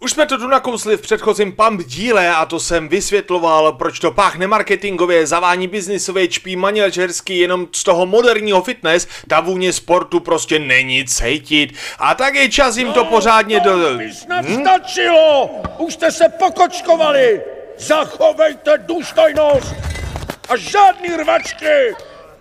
Už jsme to tu nakousli v předchozím pump díle a to jsem vysvětloval, proč to páchne marketingově, zavání biznisově, čpí manažerský, jenom z toho moderního fitness, ta vůně sportu prostě není cítit. A tak je čas jim to pořádně Stačilo! Už jste se pokočkovali! Zachovejte důstojnost! A žádný rvačky!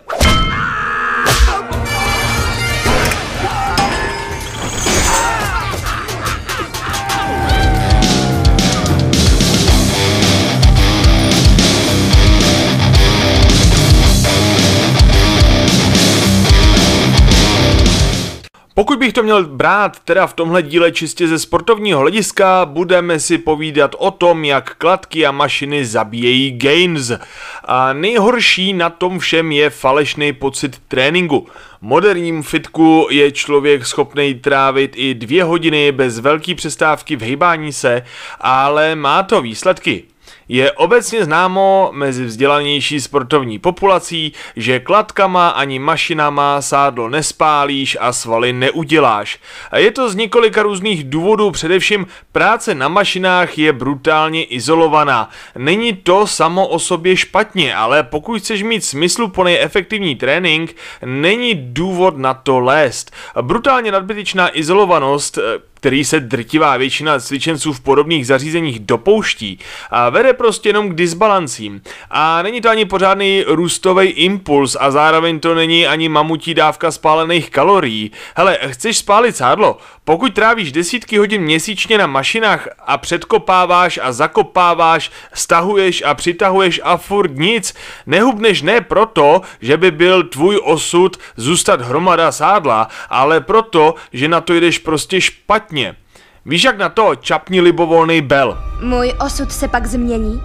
Pokud bych to měl brát teda v tomhle díle čistě ze sportovního hlediska, budeme si povídat o tom, jak kladky a mašiny zabíjejí gains. A nejhorší na tom všem je falešný pocit tréninku. V moderním fitku je člověk schopný trávit i 2 hodiny bez velké přestávky v hejbání se, ale má to výsledky. Je obecně známo mezi vzdělanější sportovní populací, že kladkama ani mašinama sádlo nespálíš a svaly neuděláš. A je to z několika různých důvodů, především práce na mašinách je brutálně izolovaná. Není to samo o sobě špatně, ale pokud chceš mít smysluplný efektivní trénink, není důvod na to lézt. Brutálně nadbytečná izolovanost, který se drtivá většina cvičenců v podobných zařízeních dopouští, a vede prostě jenom k disbalancím. A není to ani pořádný růstový impuls a zároveň to není ani mamutí dávka spálených kalorií. Hele, chceš spálit sádlo? Pokud trávíš desítky hodin měsíčně na mašinách a předkopáváš a zakopáváš, stahuješ a přitahuješ a furt nic, nehubneš ne proto, že by byl tvůj osud zůstat hromada sádla, ale proto, že na to jdeš prostě špatně. Víš jak na to? Čapni libovolný bel. Můj osud se pak změní.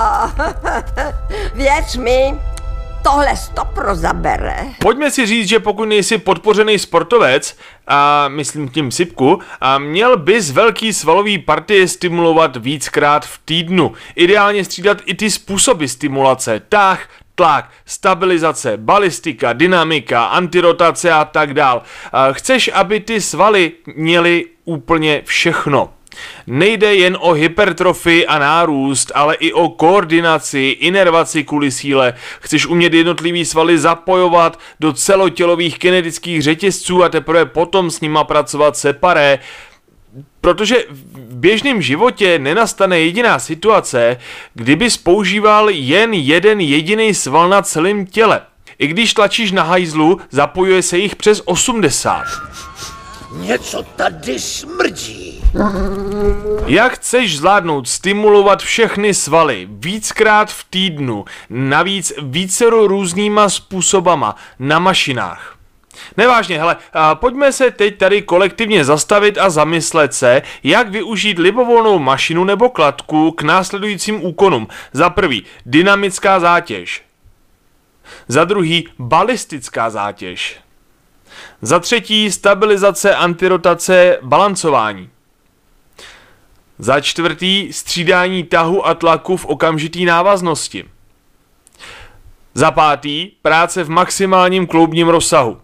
Věř mi, tohle stopro zabere. Pojďme si říct, že pokud nejsi podpořený sportovec, a myslím tím sypku, a měl bys velký svalový partie stimulovat víckrát v týdnu. Ideálně střídat i ty způsoby stimulace, tah, tlak, stabilizace, balistika, dynamika, antirotace a tak dál. Chceš, aby ty svaly měly úplně všechno. Nejde jen o hypertrofii a nárůst, ale i o koordinaci, inervaci kvůli síle. Chceš umět jednotlivý svaly zapojovat do celotělových kinetických řetězců a teprve potom s nima pracovat separé. Protože v běžném životě nenastane jediná situace, kdybys používal jen jeden jediný sval na celém těle. I když tlačíš na hajzlu, zapojuje se jich přes 80. Něco tady smrdí. Jak chceš zvládnout stimulovat všechny svaly víckrát v týdnu, navíc vícero různýma způsobama na mašinách? Nevážně, hele, pojďme se teď tady kolektivně zastavit a zamyslet se, jak využít libovolnou mašinu nebo kladku k následujícím úkonům. Za prvý, dynamická zátěž. Za druhý, balistická zátěž. Za třetí, stabilizace, antirotace, balancování. Za čtvrtý, střídání tahu a tlaku v okamžitý návaznosti. Za pátý, práce v maximálním kloubním rozsahu.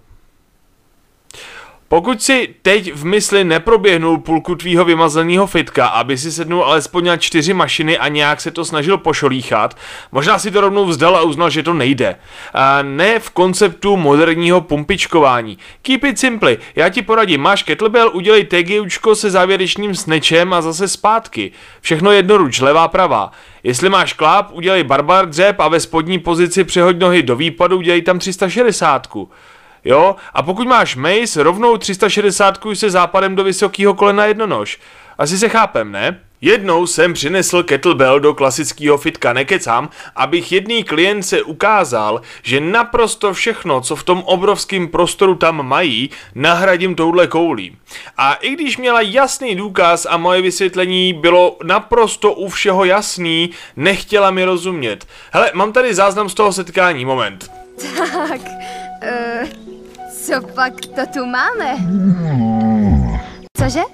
Pokud si teď v mysli neproběhnul půlku tvýho vymazaného fitka, aby si sednul alespoň na 4 mašiny a nějak se to snažil pošolíchat, možná si to rovnou vzdal a uznal, že to nejde. A ne v konceptu moderního pumpičkování. Keep it simple, já ti poradím, máš kettlebell, udělej TGUčko se závěrečným snatchem a zase zpátky. Všechno jednoruč, levá pravá. Jestli máš kláp, udělej barbar dřep a ve spodní pozici přehoď nohy do výpadu, udělej tam 360. Jo? A pokud máš mace, rovnou 360 se západem do vysokého kolena jednonož. Asi se chápem, ne? Jednou jsem přinesl kettlebell do klasického fitka, nekecám, abych jedný klientce ukázal, že naprosto všechno, co v tom obrovském prostoru tam mají, nahradím touhle koulí. A i když měla jasný důkaz a moje vysvětlení bylo naprosto u všeho jasný, nechtěla mi rozumět. Hele, mám tady záznam z toho setkání, moment. Tak, co pak to tu máme? Cože?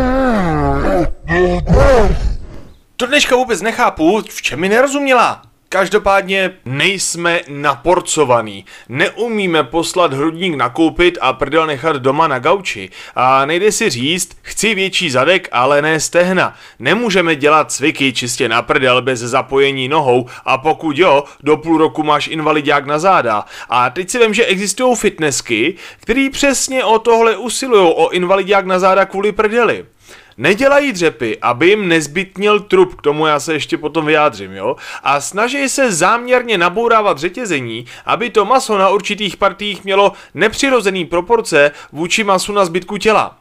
To dneška vůbec nechápu, v čem mi nerozuměla. Každopádně nejsme naporcovaný. Neumíme poslat hrudník nakoupit a prdel nechat doma na gauči. A nejde si říct, chci větší zadek, ale ne stehna. Nemůžeme dělat cviky čistě na prdel bez zapojení nohou a pokud jo, do půl roku máš invalidák na záda. A teď si vím, že existují fitnessky, který přesně o tohle usilují, o invalidák na záda kvůli prdeli. Nedělají dřepy, aby jim nezbytnil trup, k tomu já se ještě potom vyjádřím, jo? A snaží se záměrně nabourávat řetězení, aby to maso na určitých partiích mělo nepřirozený proporce vůči masu na zbytku těla.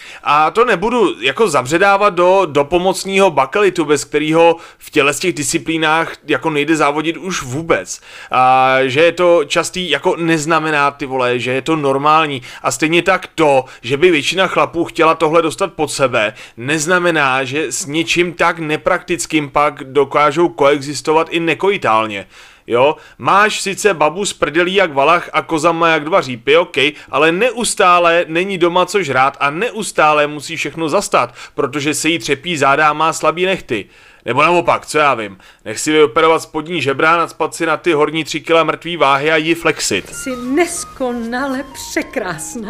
A to nebudu jako zabředávat do pomocného bakelitu, bez kterého v těle z těch disciplínách jako nejde závodit už vůbec. A že je to častý jako neznamená, ty vole, že je to normální. A stejně tak to, že by většina chlapů chtěla tohle dostat pod sebe, neznamená, že s něčím tak nepraktickým pak dokážou koexistovat i nekojitálně. Jo, máš sice babu s prdelí jak valach a kozama jak dva řípy, ok, ale neustále není doma co žrát a neustále musí všechno zastat, protože se jí třepí záda a má slabý nehty. Nebo naopak, co já vím, nech si vyoperovat spodní žebra, nacpat si na ty horní 3 kg mrtvý váhy a ji flexit. Jsi neskonale překrásná.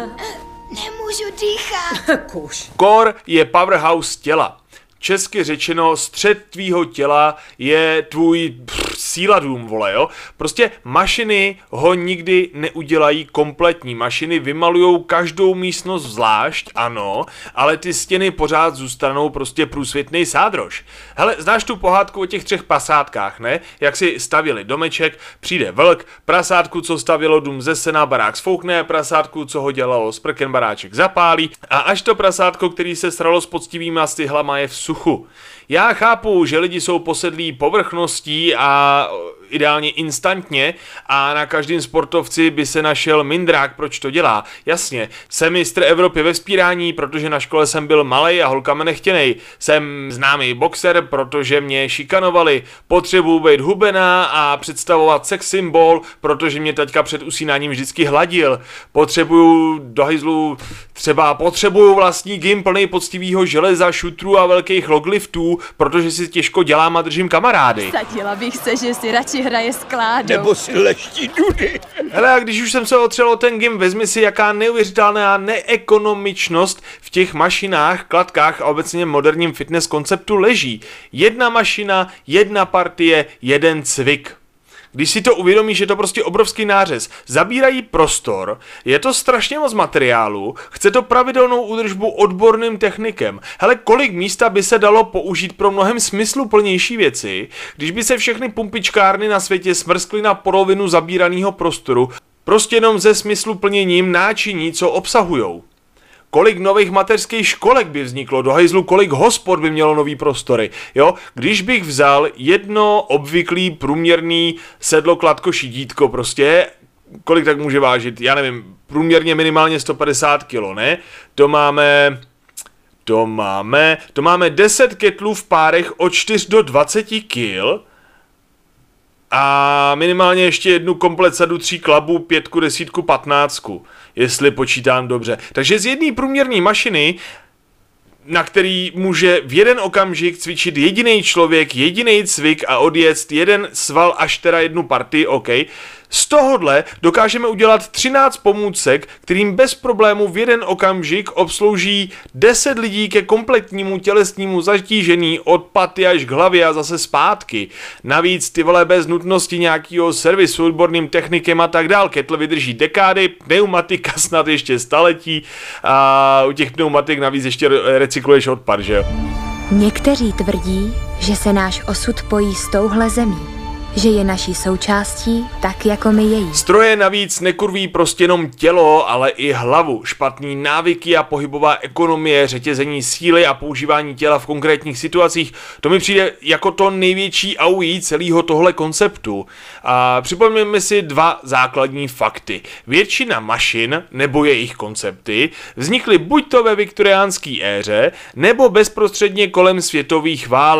Nemůžu dýchat. Kuš. Core je powerhouse těla. Česky řečeno, střed tvýho těla je tvůj síla dům, vole, jo. Prostě mašiny ho nikdy neudělají kompletní. Mašiny vymalujou každou místnost zvlášť, ano, ale ty stěny pořád zůstanou prostě průsvitnej sádrož. Hele, znáš tu pohádku o těch 3 prasátkách, ne? Jak si stavili domeček, přijde vlk, prasátku, co stavilo dům ze sena, barák sfoukne, prasátku, co ho dělalo z prken, baráček zapálí a až to prasátko, který se sralo s poctivýma styhlama, je v suchu. Já chápu, že lidi jsou posedlí povrchností a ideálně instantně a na každém sportovci by se našel mindrák, proč to dělá. Jasně, jsem mistr Evropy ve vzpírání, protože na škole jsem byl malej a holkami nechtěnej. Jsem známý boxer, protože mě šikanovali. Potřebuji být hubená a představovat sex symbol, protože mě taťka před usínáním vždycky hladil. Potřebuju do hajzlu, třeba potřebuju vlastní gym plný poctivýho železa, šutrů a velkých logliftů, protože si těžko dělám a držím kamarády. Vsadila bych se, že si radši hraje s Kládou. Nebo si leští dudy. Hele, a když už jsem se otřel o ten gym, vezmi si, jaká neuvěřitelná neekonomičnost v těch mašinách, klatkách a obecně moderním fitness konceptu leží. Jedna mašina, jedna partie, jeden cvik. Když si to uvědomíš, že to prostě obrovský nářez, zabírají prostor, je to strašně moc materiálu, chce to pravidelnou údržbu odborným technikem. Hele, kolik místa by se dalo použít pro mnohem smysluplnější věci, když by se všechny pumpičkárny na světě smrskly na polovinu zabíraného prostoru, prostě jenom ze smysluplněním náčiní, co obsahujou. Kolik nových mateřských školek by vzniklo, do hajzlu, kolik hospod by mělo nový prostory, jo? Když bych vzal jedno obvyklý průměrný sedlo, kladko, šidítko prostě, kolik tak může vážit, já nevím, průměrně minimálně 150 kg, ne? To máme 10 ketlů v párech od 4 do 20 kg a minimálně ještě jednu komplet sadu 3 klabů, 5, 10, 15, jestli počítám dobře. Takže z jedné průměrné mašiny, na který může v jeden okamžik cvičit jediný člověk, jediný cvik a odjet jeden sval až teda jednu partii, ok. Z tohohle dokážeme udělat 13 pomůcek, kterým bez problému v jeden okamžik obslouží 10 lidí ke kompletnímu tělesnímu zatížení od paty až k hlavě a zase zpátky. Navíc ty vole bez nutnosti nějakého servisu odborným technikem a tak dál. Kettle vydrží dekády, pneumatika snad ještě staletí a u těch pneumatik navíc ještě recykluješ odpad, že jo? Někteří tvrdí, že se náš osud pojí s touhle zemí, že je naší součástí tak jako my její. Stroje navíc nekurví prostě jenom tělo, ale i hlavu. Špatný návyky a pohybová ekonomie, řetězení síly a používání těla v konkrétních situacích, to mi přijde jako to největší aují celého tohle konceptu. A připomeňme si 2 základní fakty. Většina mašin nebo jejich koncepty vznikly buď to ve viktoriánské éře, nebo bezprostředně kolem světových válek.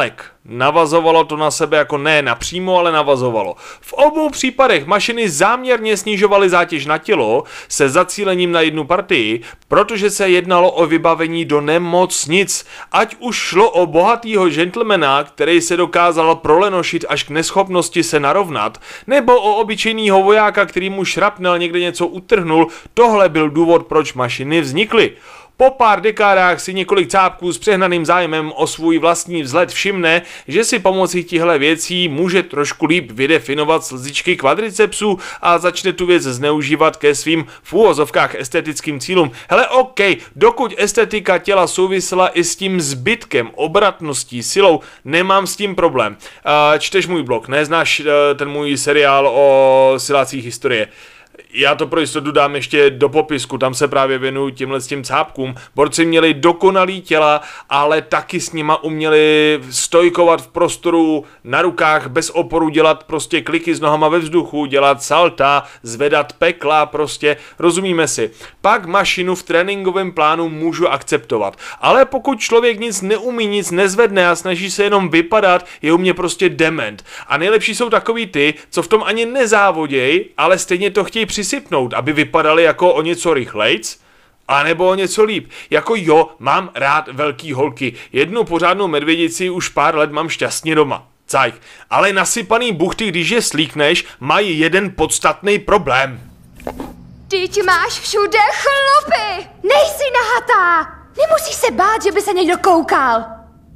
Navazovalo to na sebe jako ne napřímo, ale navazovalo. V obou případech mašiny záměrně snižovaly zátěž na tělo se zacílením na jednu partii, protože se jednalo o vybavení do nemocnic. Ať už šlo o bohatýho gentlemana, který se dokázal prolenošit až k neschopnosti se narovnat, nebo o obyčejného vojáka, který mu šrapnel někde něco utrhnul, tohle byl důvod, proč mašiny vznikly. Po pár dekádách si několik cápků s přehnaným zájmem o svůj vlastní vzhled všimne, že si pomocí těchto věcí může trošku líp vydefinovat slzičky kvadricepsů a začne tu věc zneužívat ke svým v úvozovkách estetickým cílům. Hele, OK, dokud estetika těla souvisela i s tím zbytkem, obratností, silou, nemám s tím problém. Čteš můj blog, neznáš ten můj seriál o silácích historie. Já to pro jistotu dám ještě do popisku, tam se právě věnuju těm cápkům. Borci měli dokonalý těla, ale taky s nima uměli stojkovat v prostoru na rukách, bez oporu, dělat prostě kliky s nohama ve vzduchu, dělat salta, zvedat pekla, prostě, rozumíme si. Pak mašinu v tréninkovém plánu můžu akceptovat, ale pokud člověk nic neumí, nic nezvedne a snaží se jenom vypadat, je u mě prostě dement. A nejlepší jsou takový ty, co v tom ani nezávoděj, ale stejně to chtějí přisypnout, aby vypadali jako o něco rychlejc, anebo o něco líp. Jako jo, mám rád velký holky. Jednu pořádnou medvědici už pár let mám šťastně doma. Cajk. Ale nasypaný buchty, když je slíkneš, mají jeden podstatný problém. Tyť máš všude chlupy! Nejsi nahatá! Nemusíš se bát, že by se někdo koukal.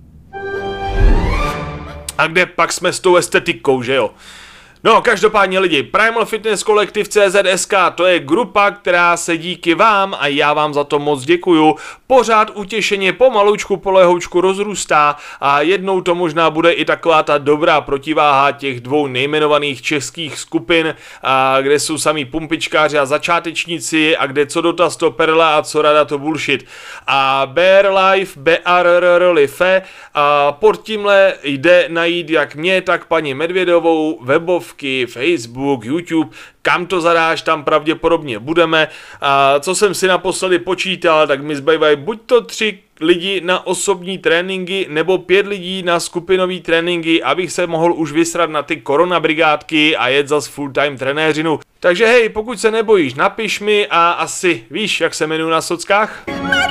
A kde pak jsme s tou estetikou, že jo? No, každopádně lidi, Primal Fitness Kolektiv CZSK, to je grupa, která se díky vám, a já vám za to moc děkuju, pořád utěšeně pomalučku polehoučku rozrůstá a jednou to možná bude i taková ta dobrá protiváha těch dvou nejmenovaných českých skupin, kde jsou samý pumpičkáři a začátečníci a kde co dotaz to perla a co rada to bullshit. A Bear Life, BRR Life, a pod tímhle jde najít jak mě, tak paní Medvědovou, webovky, Facebook, YouTube, kam to zadáš, tam pravděpodobně budeme. A co jsem si naposledy počítal, tak mi zbývají buď to 3 lidi na osobní tréninky, nebo 5 lidí na skupinové tréninky, abych se mohl už vysrat na ty koronabrigádky a jet zas full-time trenéřinu. Takže hej, pokud se nebojíš, napiš mi a asi víš, jak se jmenuji na sockách?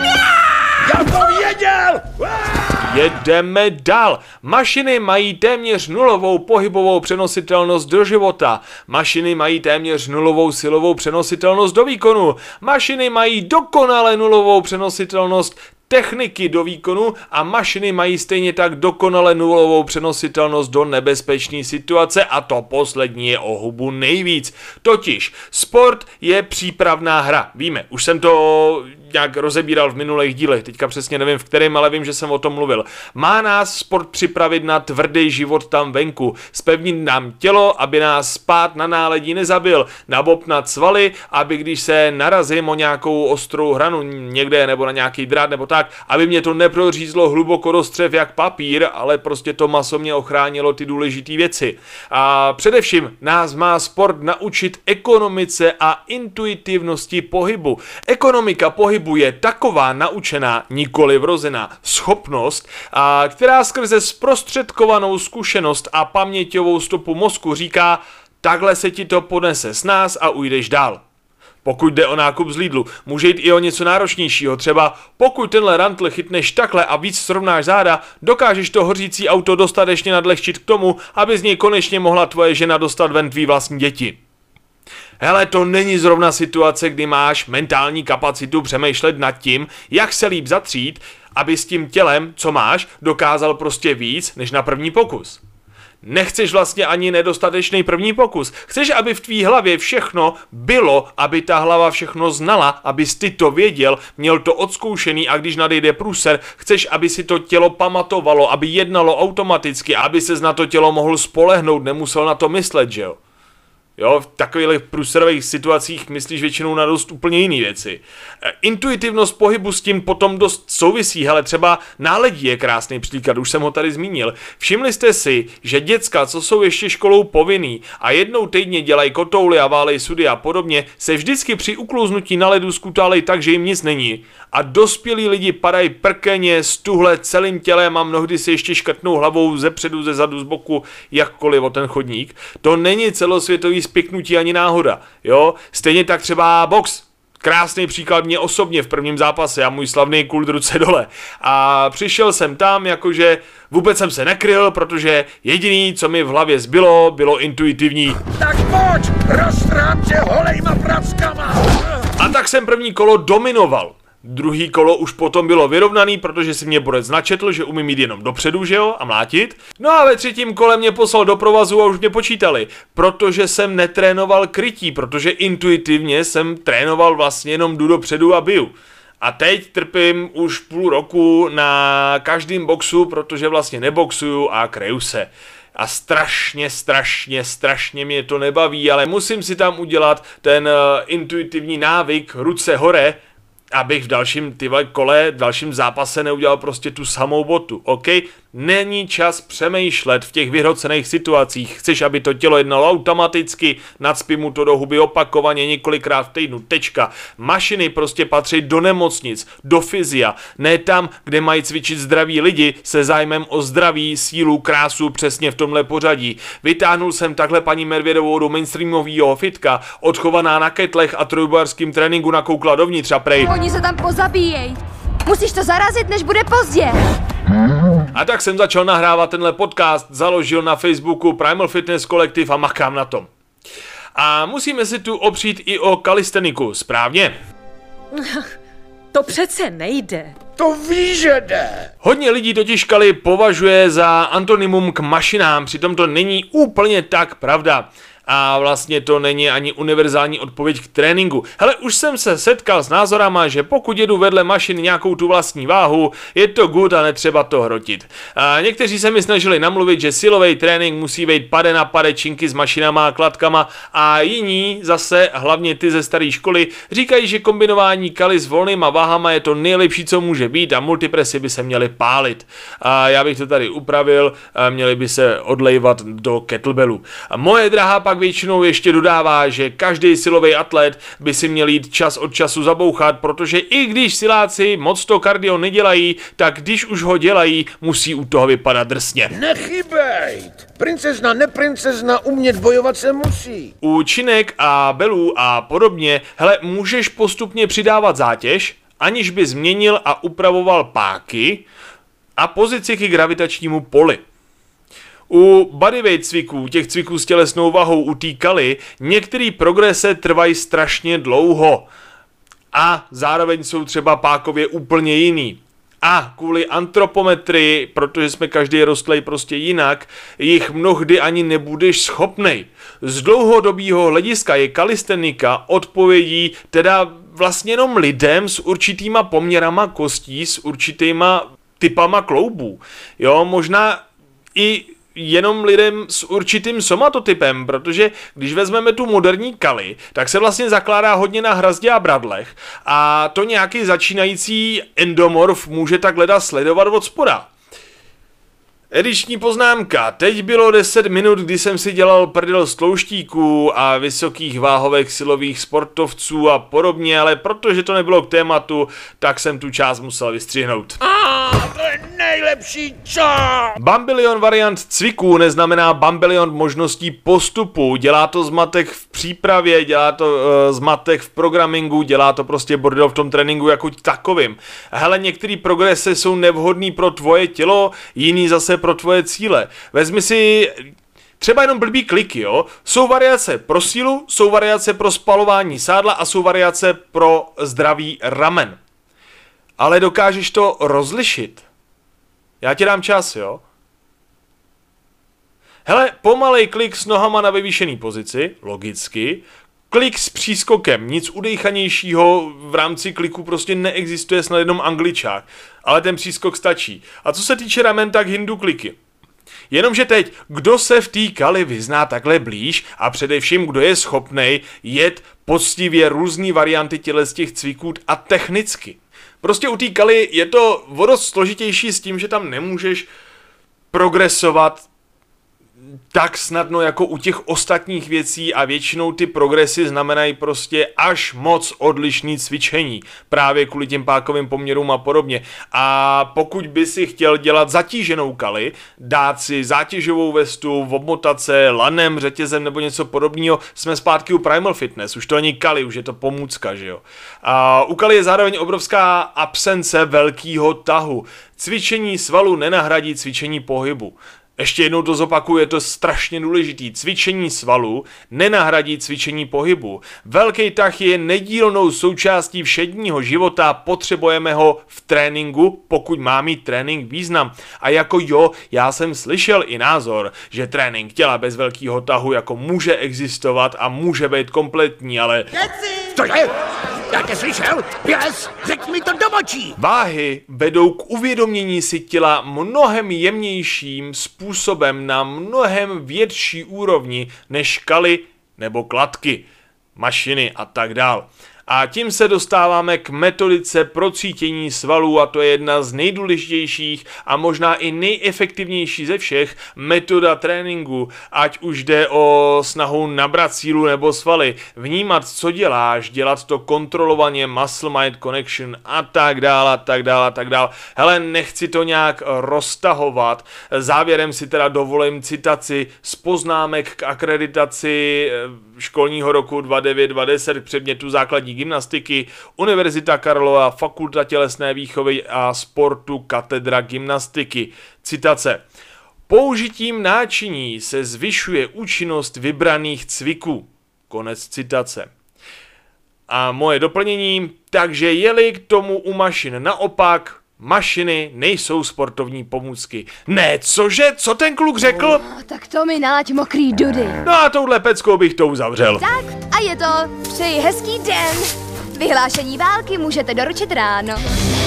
Já to věděl! Jedeme dál. Mašiny mají téměř nulovou pohybovou přenositelnost do života. Mašiny mají téměř nulovou silovou přenositelnost do výkonu. Mašiny mají dokonale nulovou přenositelnost techniky do výkonu a mašiny mají stejně tak dokonale nulovou přenositelnost do nebezpečné situace a to poslední je o hubu nejvíc. Totiž sport je přípravná hra. Víme, už jsem to nějak rozebíral v minulých dílech, teďka přesně nevím v kterém, ale vím, že jsem o tom mluvil. Má nás sport připravit na tvrdý život tam venku, zpevnit nám tělo, aby nás spát na náledí nezabil, nabopnat svaly, aby když se narazím o nějakou ostrou hranu někde nebo na nějaký drát nebo tak, aby mě to neprořízlo hluboko do střev jak papír, ale prostě to maso mě ochránilo ty důležité věci. A především nás má sport naučit ekonomice a intuitivnosti pohybu. Ekonomika pohybu je taková naučená, nikoli vrozená schopnost, která skrze zprostředkovanou zkušenost a paměťovou stopu mozku říká, takhle se ti to ponese s nás a ujdeš dál. Pokud jde o nákup z Lidlu, může jít i o něco náročnějšího, třeba pokud tenhle rantl chytneš takhle a víc srovnáš záda, dokážeš to hořící auto dostatečně nadlehčit k tomu, aby z něj konečně mohla tvoje žena dostat ven tvý vlastní děti. Hele, to není zrovna situace, kdy máš mentální kapacitu přemýšlet nad tím, jak se líp zatřít, aby s tím tělem, co máš, dokázal prostě víc než na první pokus. Nechceš vlastně ani nedostatečný první pokus. Chceš, aby v tvý hlavě všechno bylo, aby ta hlava všechno znala, abys ty to věděl, měl to odzkoušený a když nadejde průser, chceš, aby si to tělo pamatovalo, aby jednalo automaticky, aby ses na to tělo mohl spolehnout, nemusel na to myslet, že jo? Jo, v takových průserových situacích myslíš většinou na dost úplně jiné věci. Intuitivnost pohybu s tím potom dost souvisí, hele, třeba náledí je krásný příklad, už jsem ho tady zmínil. Všimli jste si, že děcka, co jsou ještě školou povinný a jednou týdně dělají kotouly a válej sudy a podobně, se vždycky při uklouznutí na ledu skutálej tak, že jim nic není. A dospělí lidi padají prkeně, stuhle celým tělem a mnohdy si ještě škrtnou hlavou ze předu, ze zadu, z boku, jakkoliv o ten chodník. To není celosvětový spiknutí ani náhoda, jo? Stejně tak třeba box. Krásný příklad mě osobně v prvním zápase a můj slavný kult ruce dole. A přišel jsem tam, jakože vůbec jsem se nekryl, protože jediný, co mi v hlavě zbylo, bylo intuitivní. Tak pojď, roztrhám tě holejma prackama! A tak jsem první kolo dominoval. Druhý kolo už potom bylo vyrovnaný, protože si mě borec načetl, že umím jít jenom dopředu, že jo, a mlátit. No a ve třetím kole mě poslal do provazu a už mě počítali, protože jsem netrénoval krytí, protože intuitivně jsem trénoval vlastně jenom jdu dopředu a biju. A teď trpím už půl roku na každém boxu, protože vlastně neboxuju a kryju se. A strašně mě to nebaví, ale musím si tam udělat ten intuitivní návyk ruce hore, abych v dalším kole, v dalším zápase neudělal prostě tu samou botu, ok? Není čas přemýšlet v těch vyhrocených situacích. Chceš, aby to tělo jednalo automaticky, nacpi mu to do huby opakovaně několikrát v týdnu, tečka. Mašiny prostě patří do nemocnic, do fyzia, ne tam, kde mají cvičit zdraví lidi se zájmem o zdraví, sílu, krásu, přesně v tomhle pořadí. Vytáhnul jsem takhle paní Medvědovou do mainstreamového fitka, odchovaná na ketlech a trojbojarským tréninku nakoukla dovnitř a prej. Oni se tam pozabíjejí. Musíš to zarazit, než bude pozdě. A tak jsem začal nahrávat tenhle podcast, založil na Facebooku Primal Fitness kolektiv a makám na tom. A musíme si tu opřít i o kalisteniku, správně? To přece nejde. To víš, že jde! Hodně lidí totiž kali považuje za antonymum k mašinám, přitom to není úplně tak pravda. A vlastně to není ani univerzální odpověď k tréninku. Hele, už jsem se setkal s názorama, že pokud jedu vedle mašin nějakou tu vlastní váhu, je to good a netřeba to hrotit. A někteří se mi snažili namluvit, že silový trénink musí být pade na pade činky s mašinama a kladkama a jiní, zase hlavně ty ze staré školy, říkají, že kombinování kaly s volnýma váhama je to nejlepší, co může být a multipresy by se měly pálit. A já bych to tady upravil, měly by se odlejvat do kettlebellů. A moje drahá pak většinou ještě dodává, že každý silový atlet by si měl jít čas od času zabouchat, protože i když siláci moc to kardio nedělají, tak když už ho dělají, musí u toho vypadat drsně. Nechybejt! Princezna, neprincezna, umět bojovat se musí. U činek a belů a podobně, hele, můžeš postupně přidávat zátěž, aniž by změnil a upravoval páky a pozici k gravitačnímu poli. U bodyweight cviků, těch cviků s tělesnou vahou u té kaly, některé progrese trvají strašně dlouho a zároveň jsou třeba pákově úplně jiný. A kvůli antropometrii, protože jsme každý rostlej prostě jinak, jich mnohdy ani nebudeš schopnej. Z dlouhodobého hlediska je kalistenika odpovědí teda vlastně jenom lidem s určitýma poměrama kostí, s určitýma typama kloubů. Jo, možná i jenom lidem s určitým somatotypem, protože když vezmeme tu moderní kali, tak se vlastně zakládá hodně na hrazdě a bradlech a to nějaký začínající endomorf může tak leda sledovat od spoda. Ediční poznámka. Teď bylo 10 minut, kdy jsem si dělal prdel z tlouštíků a vysokých váhovek silových sportovců a podobně, ale protože to nebylo k tématu, tak jsem tu část musel vystřihnout. To je nejlepší čas! Bambilion variant cviků neznamená bambilion možností postupu. Dělá to zmatek v přípravě, dělá to zmatek v programingu, dělá to prostě bordel v tom tréninku jako takovým. Hele, některé progrese jsou nevhodný pro tvoje tělo, jiný zase pro tvoje cíle. Vezmi si třeba jenom blbý kliky, jo? Jsou variace pro sílu, jsou variace pro spalování sádla a jsou variace pro zdravý ramen. Ale dokážeš to rozlišit? Já ti dám čas, jo? Hele, pomalej klik s nohama na vyvýšený pozici, logicky. Klik s přískokem, nic udejchanějšího v rámci kliku prostě neexistuje, snad jenom Angličák. Ale ten přískok stačí. A co se týče ramen, tak hindu kliky. Jenomže teď, kdo se v té kali vyzná takhle blíž a především, kdo je schopnej jet poctivě různý varianty z těch cviků a technicky. Prostě u té kali je to dost složitější s tím, že tam nemůžeš progresovat tak snadno jako u těch ostatních věcí a většinou ty progresy znamenají prostě až moc odlišný cvičení, právě kvůli těm pákovým poměrům a podobně. A pokud by si chtěl dělat zatíženou kali, dát si zátěžovou vestu, obmotat se lanem, řetězem nebo něco podobného, jsme zpátky u Primal Fitness, už to není kali, už je to pomůcka, že jo. A u kali je zároveň obrovská absence velkého tahu. Cvičení svalu nenahradí cvičení pohybu. Ještě jednou to zopakuju, je to strašně důležitý. Cvičení svalu nenahradí cvičení pohybu. Velký tah je nedílnou součástí všedního života, potřebujeme ho v tréninku, pokud má mít trénink význam. A jako jo, já jsem slyšel i názor, že trénink těla bez velkého tahu jako může existovat a může být kompletní, ale... Cože? Já tě slyšel? Pěs, řekni mi to do očí! Váhy vedou k uvědomění si těla mnohem jemnějším způsobem na mnohem větší úrovni než kaly nebo kladky, mašiny a tak dál. A tím se dostáváme k metodice procítění svalů a to je jedna z nejdůležitějších a možná i nejefektivnější ze všech metoda tréninku, ať už jde o snahu nabrat sílu nebo svaly, vnímat, co děláš, dělat to kontrolovaně, muscle-mind connection a tak dál a tak dál a tak dál. Hele, nechci to nějak roztahovat, závěrem si teda dovolím citaci z poznámek k akreditaci školního roku 2009-2010 k předmětu základní gymnastiky, Univerzita Karlova, Fakulta tělesné výchovy a sportu, katedra gymnastiky. Citace. Použitím náčiní se zvyšuje účinnost vybraných cviků. Konec citace. A moje doplnění, takže je-li k tomu u mašin naopak, mašiny nejsou sportovní pomůcky. Ne, cože? Co ten kluk řekl? No, tak to mi nalaď mokrý dudy. No a touhle peckou bych to uzavřel. Tak a je to. Přeji hezký den. Vyhlášení války můžete doručit ráno.